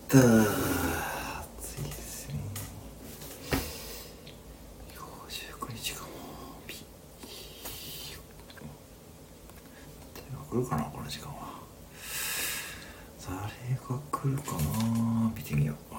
暑いですね。19日かも。誰が来るかな、この時間は。誰が来るかな、見てみよう。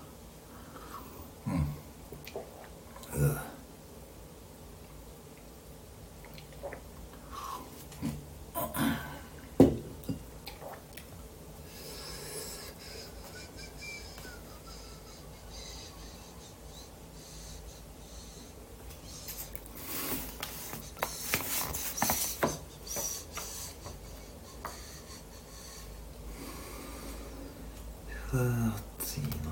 暑いな。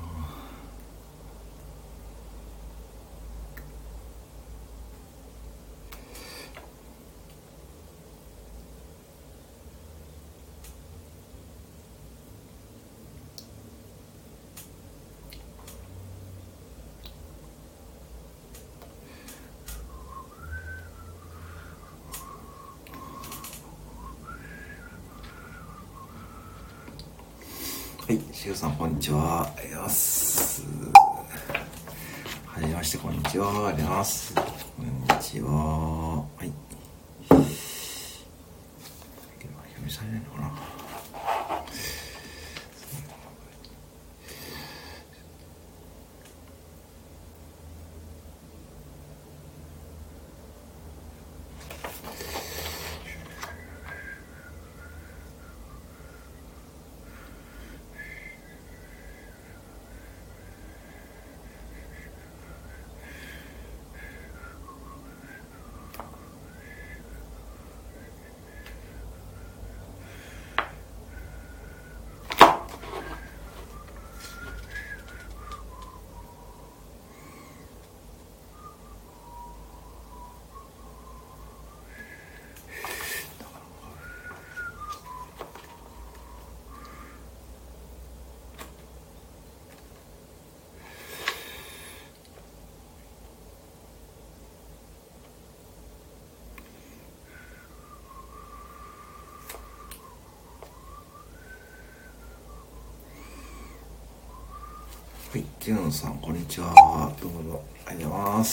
はい、しゅうさんこんにちは。ありがとうございます。はじめまして、こんにちは。ありがとうございます。こんにちは。はい。表示されないのかな。はい、キュンさんこんにちは。どうもありがとうございます。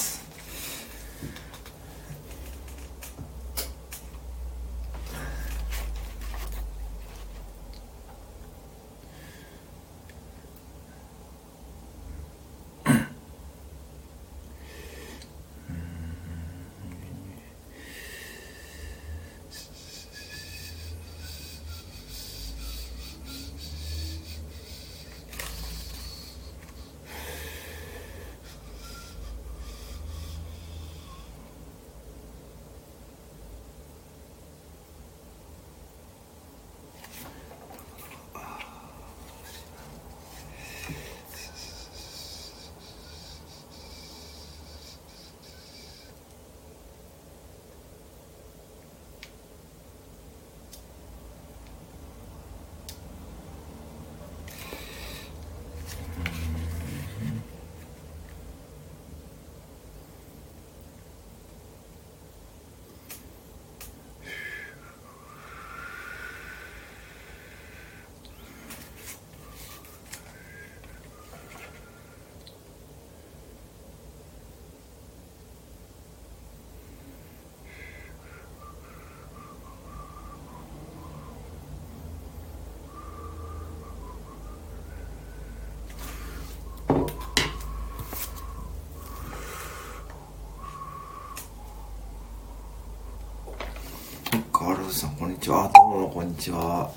カールさんこんにちは。どうもこんにちは。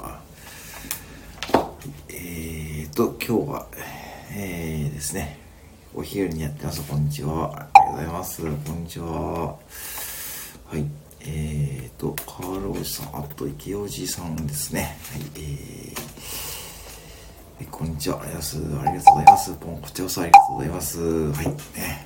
今日はですね、お昼にやってます。こんにちは。ありがとうございます。こんにちは。はい。カールおじさん、あと池おじさんですね。はい。こんにちは。ありがとうございます。ポンこちらこそありがとうございます。はい。ね。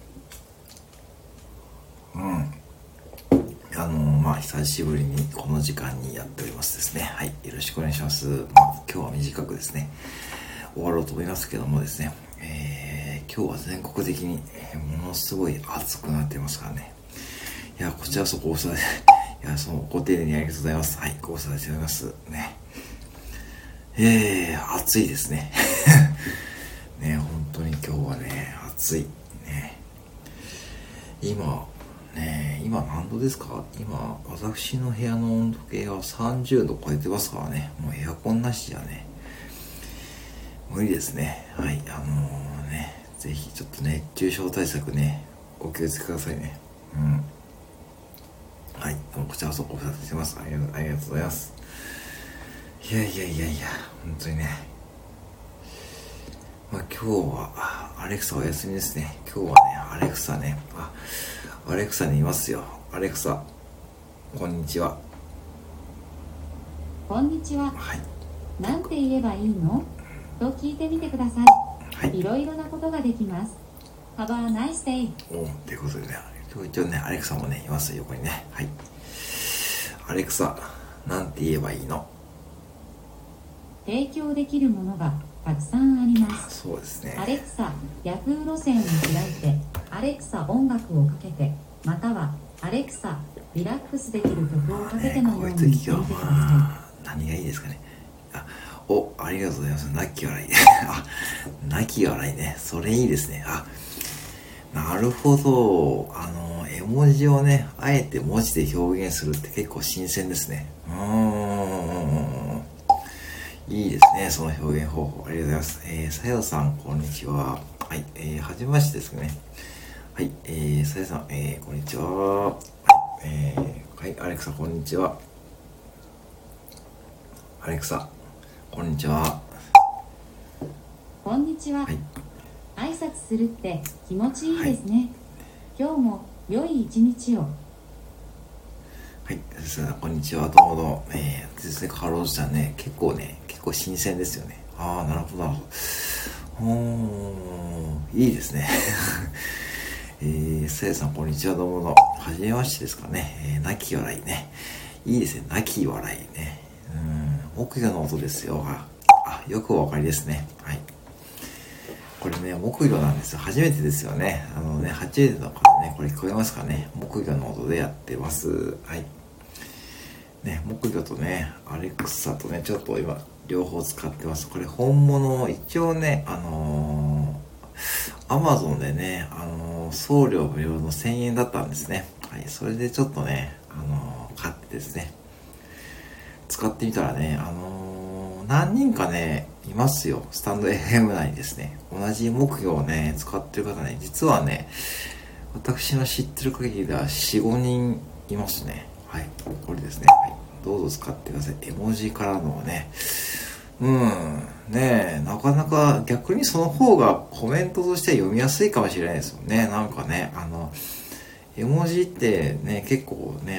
久しぶりにこの時間にやっておりますですね。はい。よろしくお願いします。今日は短くですね、終わろうと思いますけどもですね、今日は全国的にものすごい暑くなってますからね。いや、こちらそこおさで、いや、ご丁寧にありがとうございます。はい。ご無沙汰しております。ね。暑いですね。 ね、本当に今日はね、暑い。ね。今何度ですか？今、私の部屋の温度計は30度超えてますからね。もうエアコンなしじゃね、無理ですね。はい。ね、ぜひちょっと熱中症対策ね、お気をつけくださいね。うん。はい。こちらこそご無沙汰してます。ありがとうございます。いや、本当にね。まあ今日は、アレクサお休みですね。今日はね、アレクサね。アレクサにいますよ。アレクサ、こんにちは。 こんにちは。 はい。 なんて言えばいいの？と聞いてみてください。はい。いろいろなことができます。Have a nice day。 ということでね、今日一応ね、アレクサもね、いますよ、横にね。はい。アレクサ、なんて言えばいいの？ 提供できるものがたくさんあります。 そうですね。 アレクサ、ヤフー路線を開いて、アレクサ音楽をかけて、またはアレクサリラックスできる曲をかけてのように言ってみてください。 何がいいですかね。ありがとうございます。泣き笑い。泣き笑いね。それいいですね。なるほど。絵文字をね、あえて文字で表現するって結構新鮮ですね。いいですね、その表現方法。ありがとうございます。さよさん、こんにちは。はい、はじめましてですね。はい、さよさん、こんにちは。はい、アレクサ、こんにちは。アレクサ、こんにちは。 こんにちは。はい、挨拶するって気持ちいいですね。はい、今日も良い一日を。 はい、こんにちは。どうもどうも。ですね、カローズさんね、結構新鮮ですよね。なるほど、なるほど。いいですね。さやさん、こんにちは。どうもどうも。はじめましてですかね。泣き笑いね。いいですね。泣き笑いね。木魚の音ですよ。よくお分かりですね。はい。これね、木魚なんですよ。初めてですよね。初めての方ね、これ聞こえますかね。木魚の音でやってます。はい。ね、木魚とね、アレクサとね、ちょっと今、両方使ってます。これ本物、一応ね、Amazon でね、送料無料の1000円だったんですね。はい。それでちょっとね、買ってですね、使ってみたらね、何人かね、いますよ。スタンド FM 内にですね。同じ木魚をね、使ってる方ね、実はね、私の知ってる限りでは4、5人いますね。はい。これですね。はい。どうぞ使ってください。絵文字からのね。ねえ、なかなか逆にその方がコメントとして読みやすいかもしれないですよね。なんかね、絵文字ってね、結構ね、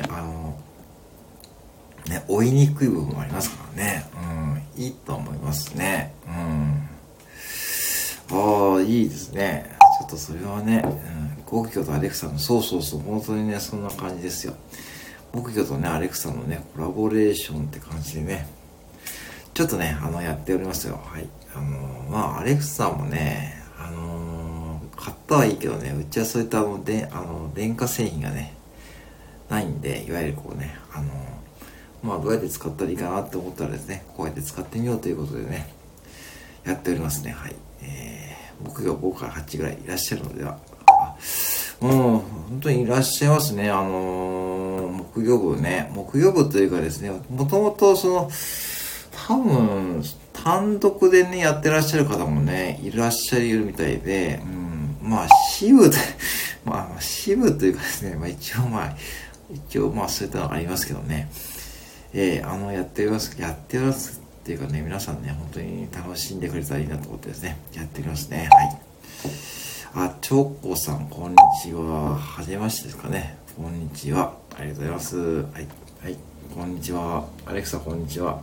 追いにくい部分もありますからね。いいと思いますね。いいですね。ちょっとそれはね、木魚とアレクサの、そう、本当にね、そんな感じですよ。木魚とね、アレクサのね、コラボレーションって感じでね、ちょっとね、やっておりますよ。はい。アレクサもね、買ったはいいけどね、うちはそういった電化製品がね、ないんで、いわゆるこうね、どうやって使ったらいいかなって思ったらですね、こうやって使ってみようということでね、やっておりますね。はい。僕が5から8ぐらいいらっしゃるのでは、本当にいらっしゃいますね。木魚部ね。木魚部というかですね、もともと多分、単独でね、やってらっしゃる方もね、いらっしゃるみたいで、支部で、支部というかですね、一応そういったのがありますけどね、やっておりますっていうかね、皆さんね、本当に楽しんでくれたらいいなと思ってですね、やっておりますね。はい。チョコさん、こんにちは。はじめましてですかね。こんにちは。ありがとうございます。はい。こんにちは。アレクサ、こんにちは。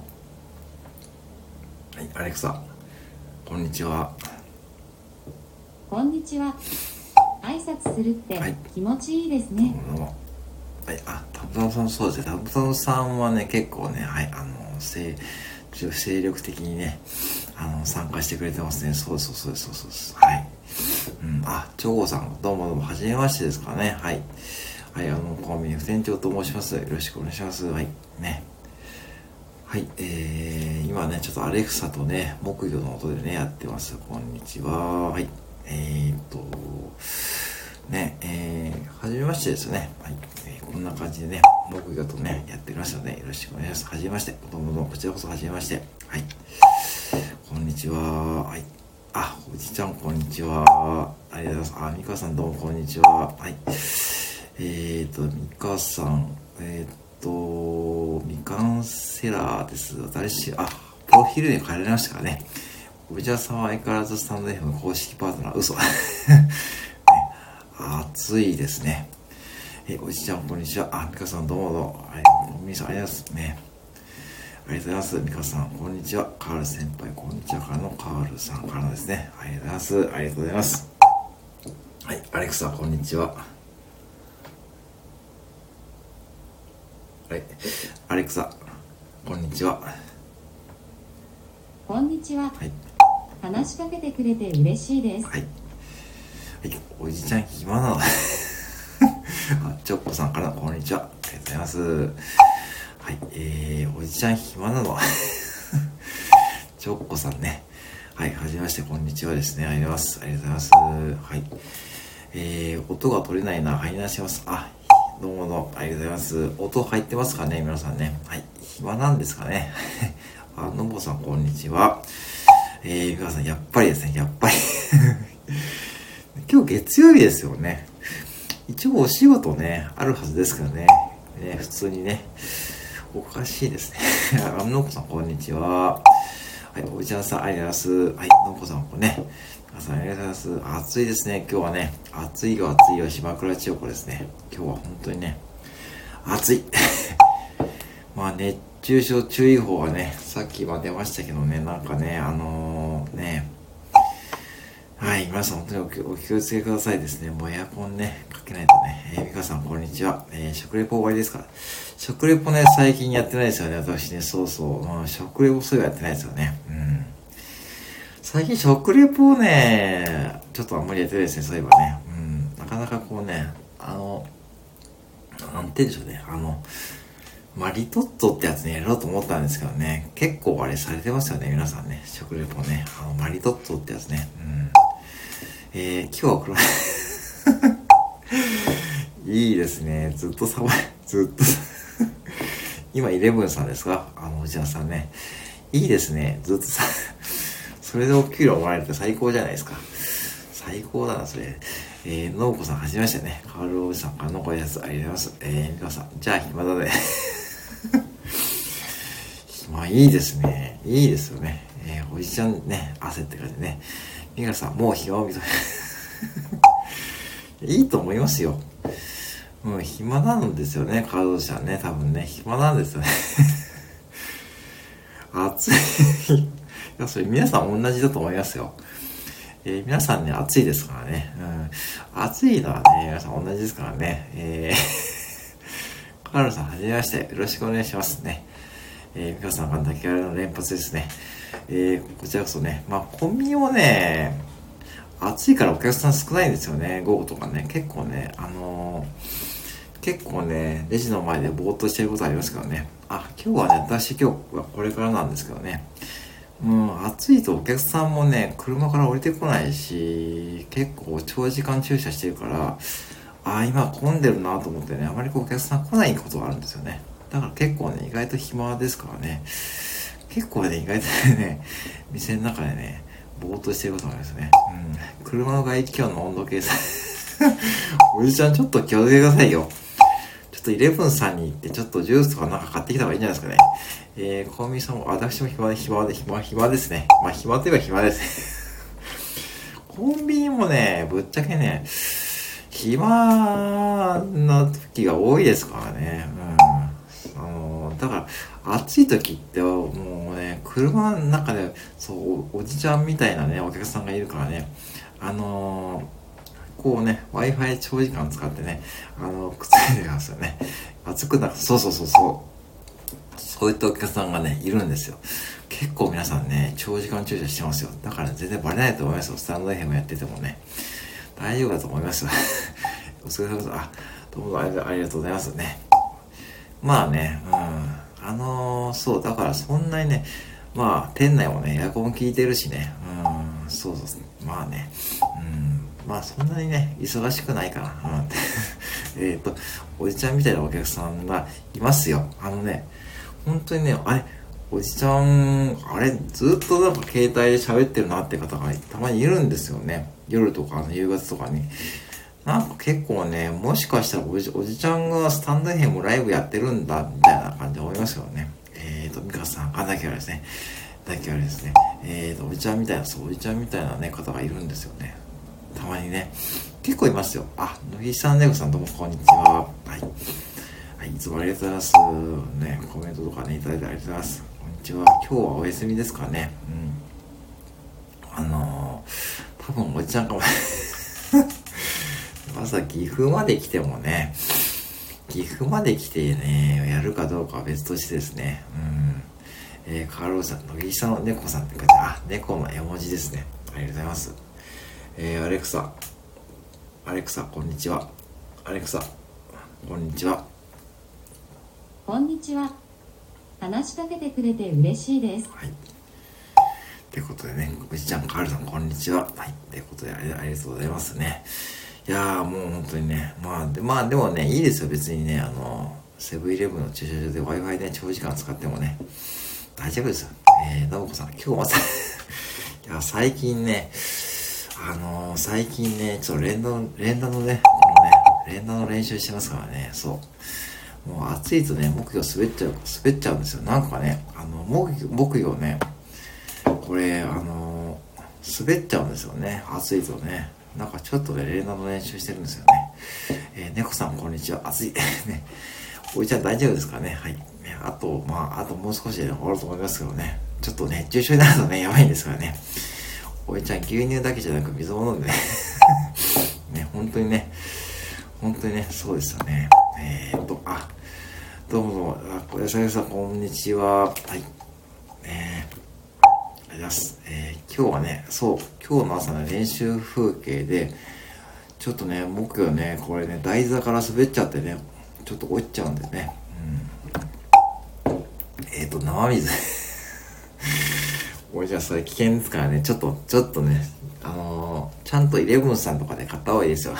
はい、アレクサ、こんにちは。 こんにちは。挨拶するって気持ちいいですね。 はい、タブタムさん、そうですね。タブタムさんはね、結構ね、はい、精力的にね、参加してくれてますね。そうです。はい。チョコさん、どうも、はじめましてですかね。はい。はい、コンビニ副店長と申します。よろしくお願いします。はい。ね。 はい、今ね、ちょっとアレクサとね、木魚の音でね、やってます。こんにちは。はい。はじめましてですね。はい。こんな感じでね、木魚とね、やっておりますので、よろしくお願いします。はじめまして。どうもどうも、こちらこそはじめまして。はい。こんにちは。はい。あ、おじちゃん、こんにちは。ありがとうございます。あ、みかさん、どうも、こんにちは。はい。みかさん、みかんセラーです。私、プロフィールに変えられましたからね。おびちゃんさんは相変わらずスタンド F の公式パートナー、嘘。ね、暑いですね。おじちゃん、こんにちは。みかさん、どうもどうも。はい、みさん、ありがとうございますね。ありがとうございます。みかさん、こんにちは。カール先輩、こんにちはからのカールさんからのですね。ありがとうございます。ありがとうございます。はい、アレクサ、こんにちは。はい、アレクサ、こんにちは。 こんにちは。 はい。 話しかけてくれて嬉しいです。 はい。はい、おじちゃん暇なのチョッコさんからのこんにちは。ありがとうございます。はい、おじちゃん暇なのチョッコさんね。はい、はじめまして、こんにちはですね。ありがとうございます。ありがとうございます。はい。音が取れないな。入り直します。どうもどうも、ありがとうございます。音入ってますかね、皆さんね。はい。暇なんですかね。のぼさん、こんにちは。皆さん、やっぱりですね、やっぱり。今日月曜日ですよね。一応お仕事ね、あるはずですけどね。普通にね、おかしいですね。のぼさん、こんにちは。はい、おじちゃんさん、ありがとうございます。はい、のぼさん、これね。皆さん、ありがとうございます。暑いですね、今日はね。暑いよ、暑いよ、島倉千代子ですね。今日は本当にね、暑い。まあ、熱中症注意報はね、さっき出ましたけどね、なんかね、はい、皆さん本当にお気をつけくださいですね。もうエアコンね、かけないとね。みかさん、こんにちは。食レポ終わりですか？食レポね、最近やってないですよね、私ね。そうそう。食レポそういえばやってないですよね。うん。最近食レポをね、ちょっとあんまりやってないですね、そういえばね。うん。なかなかこうね、なんて言うんでしょうね。リトットってやつね、やろうと思ったんですけどね、結構あれされてますよね、皆さんね。食レポね。マリトットってやつね。うん。今日は黒いいですね。ずっと今、イレブンさんですか？おじちゃんさんね。いいですね。ずっとそれでお給料もらえるって最高じゃないですか。最高だな、それ。のうこさん、はじめましてね。カールおじさんからのご挨拶ありがとうございます。みかさん、じゃあ暇だね。いいですね。いいですよね。おじちゃんね、汗って感じでね。みかさん、もう暇を認めいいと思いますよ。うん、暇なんですよね、カード者はね、多分ね、暇なんですよね。暑い。いや、それ皆さん同じだと思いますよ。皆さんね、暑いですからね。うん。暑いのはね、皆さん同じですからね。カールさん、はじめまして。よろしくお願いしますね。ミカさんが泣き笑いの連発ですね。こちらこそね、コンビニもね、暑いからお客さん少ないんですよね、午後とかね。結構ね、レジの前でぼーっとしてることありますからね。今日はね、今日はこれからなんですけどね。暑いとお客さんもね、車から降りてこないし、結構長時間駐車してるから、今混んでるなと思ってね、あまりお客さん来ないことがあるんですよね。だから結構ね、意外と暇ですからね。結構ね、意外とね、店の中でね、ぼーっとしてることがありますね。うん。車の外気温の温度計さ、おじちゃんちょっと気をつけてくださいよ。ちょっとイレブンさんに行って、ちょっとジュースとかなんか買ってきた方がいいんじゃないですかね。コンビニさんも、私も暇ですね。暇といえば暇ですね。コンビニもね、ぶっちゃけね、暇な時が多いですからね。だから暑い時ってもうね、車の中でおじちゃんみたいなねお客さんがいるからね、こうね Wi-Fi 長時間使ってねくっついてますよね。暑くなる、そういったお客さんがねいるんですよ。結構皆さんね長時間駐車してますよ。だから、ね、全然バレないと思いますよ。スタンド FM やっててもね大丈夫だと思いますよ。お疲れ様です。どうもありがとうございますね。 そう、だからそんなにね、まあ、店内もね、エアコン効いてるしね、そうそう、まあね、まあそんなにね、忙しくないかな。おじちゃんみたいなお客さんがいますよ。本当にね、おじちゃん、ずっとなんか携帯で喋ってるなって方がたまにいるんですよね。夜とか夕方とかに。なんか結構ね、もしかしたらおじちゃんがスタンドFMライブやってるんだ、みたいな感じで思いますよね。ミカさん、だけあれですね。だけあれですね。おじちゃんみたいな、おじちゃんみたいなね、方がいるんですよね。たまにね。結構いますよ。乃木さん、ねこさん、どうもこんにちは。はい。はい、いつもありがとうございます。ね、コメントとかね、いただいてありがとうございます。こんにちは。今日はお休みですかね。多分おじちゃんかも。まさ岐阜まで来てもね、岐阜まで来てね、やるかどうかは別としてですね。カールさん、乃木さんの猫さんって書いて猫の絵文字ですね。ありがとうございます。アレクサ、こんにちは。アレクサ、こんにちは。 こんにちは。話しかけてくれて嬉しいです。 はい。ってことでね、おじちゃん、カールさん、こんにちは。はい。ってことでありがとうございますね。いやー、もう本当にね、まあでもね、いいですよ、別にね、セブンイレブンの駐車場で Wi-Fi ね、長時間使ってもね、大丈夫ですよ。のぶこさん、今日またいや、最近ね、ちょっと連打のね、連打の練習してますからね、そう。もう暑いとね、木魚滑っちゃうんですよ。なんかね、木魚ね、これ、滑っちゃうんですよね、暑いとね。なんかちょっとね、連打の練習してるんですよね。猫さん、こんにちは。暑い。ね。おいちゃん大丈夫ですかね。はい。あともう少しで終わると思いますけどね。ちょっとね、熱中症になるとね、やばいんですからね。おいちゃん、牛乳だけじゃなく水も飲んでね。ね、本当にね、そうですよね。どうも、小安さん、こんにちは。はい。ありがとうございます。今日はね、そう、今日の朝の練習風景で、ちょっとね、僕がね、これね、台座から滑っちゃってね、ちょっと落ちちゃうんでね。生水。おいじゃあそれ危険ですからね、ちょっとね、ちゃんとイレブンさんとかで買った方がいいですよ。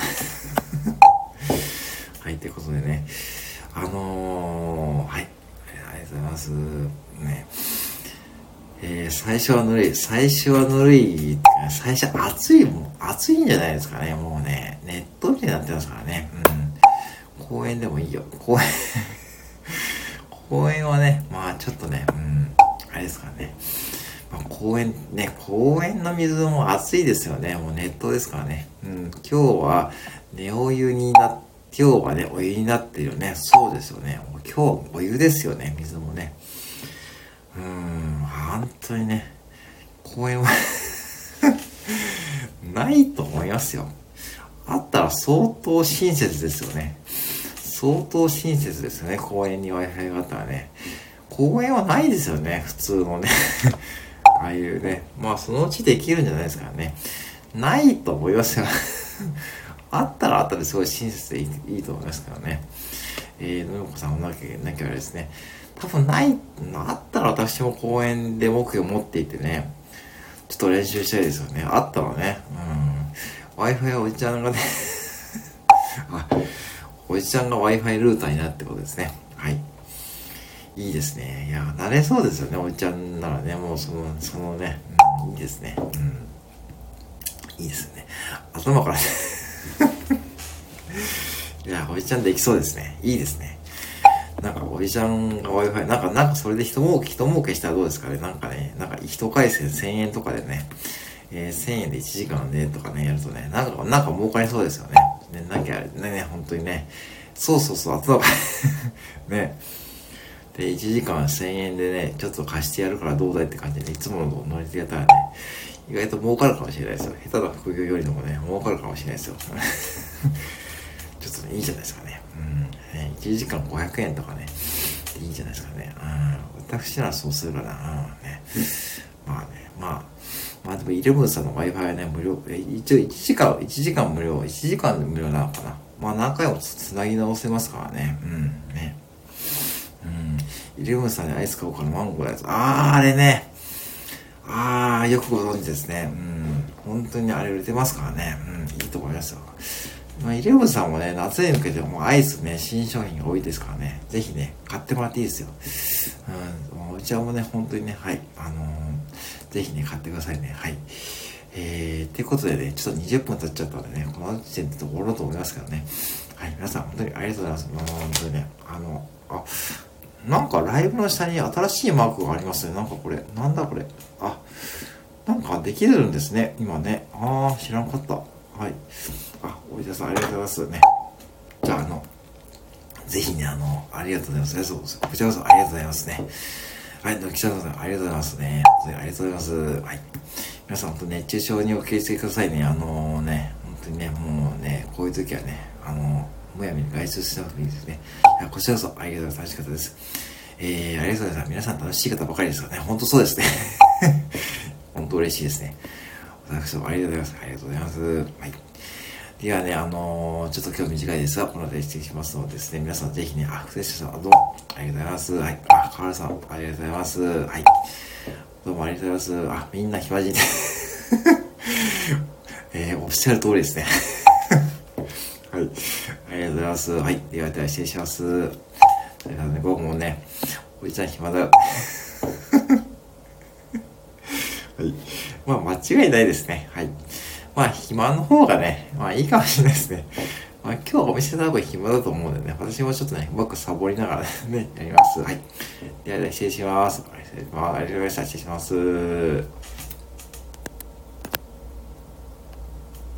はい、ということでね、はい、ありがとうございます。ね。最初はぬるい、最初暑いんじゃないですかね、もうね、ネットみたいになってますからね。公園でもいいよ。公園はね、まあちょっとね、あれですからね。公園の水も暑いですよね。もう熱湯ですからね。今日はね、お湯になってるよね。そうですよね。今日お湯ですよね、水もね。本当にね、公園はないと思いますよ。あったら相当親切ですよね。公園に Wi-Fi があったらね。公園はないですよね、普通のね。ああいうね。まあそのうちできるんじゃないですかね。ないと思いますよ。あったらあったですごい親切でいいと思いますからね。のよこさんもなきゃあれですね。多分あったら私も公園で目標持っていてね、ちょっと練習したいですよね。あったらね。Wi-Fi はおじちゃんがねおじちゃんが Wi-Fi ルーターになるってことですね。はい。いいですね。いや、慣れそうですよね。おじちゃんならね、もうそのね、いいですね。いいですね。頭からいや、おじちゃんできそうですね。いいですね。なんか、おじちゃんが Wi-Fi、なんかそれで人儲けしたらどうですかね。なんか一回戦1000円とかでね、1000円で1時間ね、とかね、やるとね、なんか儲かりそうですよね。本当にね。そう、頭がね。で、1時間1000円でね、ちょっと貸してやるからどうだいって感じで、ね、いつものノリでやったらね、意外と儲かるかもしれないですよ。下手な副業よりもね、儲かるかもしれないですよ。ちょっとね、いいじゃないですかね。1時間500円とかね、いいじゃないですかね。私ならそうするかな。まあでも、イレブンさんの Wi-Fi はね、無料。一応1時間無料、1時間で無料なのかな。まあ何回もつなぎ直せますからね。 イレブンさんにアイス買おうかな、マンゴーのやつ。あれね。よくご存知ですね。本当にあれ売れてますからね。いいと思いますよ。イレブンさんもね、夏に向けてもうアイスね、新商品が多いですからね。ぜひね、買ってもらっていいですよ。うちはもうね、本当にね、はい。ぜひね、買ってくださいね。はい。ってことでね、ちょっと20分経っちゃったんでね、この時点で終わろうと思いますけどね。はい、皆さん本当にありがとうございます。本当にね、なんかライブの下に新しいマークがありますね。なんかこれ、なんだこれ。なんかできるんですね、今ね。知らんかった。はい。おいでさんありがとうございますね。じゃあ、ぜひね、ありがとうございます。こちらこそありがとうございますね。はい、記者のさんありがとうございますね。本当にありがとうございます。はい。皆さん本当熱中症にお気をつけくださいね。本当にね、もうね、こういう時はね、むやみに外出しなくていいですね。こちらこそありがとうございます。楽しかったです。ありがとうございます。皆さん楽しい方ばかりですからね。本当そうですね。本当嬉しいですね。私もありがとうございます。ありがとうございます。はい。ではね、ちょっと今日短いですが、この辺で失礼しますのでですね、皆さんぜひね、福田さん、どうもありがとうございます。はい。河原さん、ありがとうございます。はい。どうもありがとうございます。みんな暇人で。おっしゃる通りですね。はい。ありがとうございます。はい。では失礼します。それからね、僕もね、おじちゃん暇だよ。はい。間違いないですね。はい。暇の方がね、いいかもしれないですね。今日お店多分暇だと思うんでね、私もちょっとね、うまくサボりながらね、やります。はい。では、失礼します。ありがとうございました。失礼します。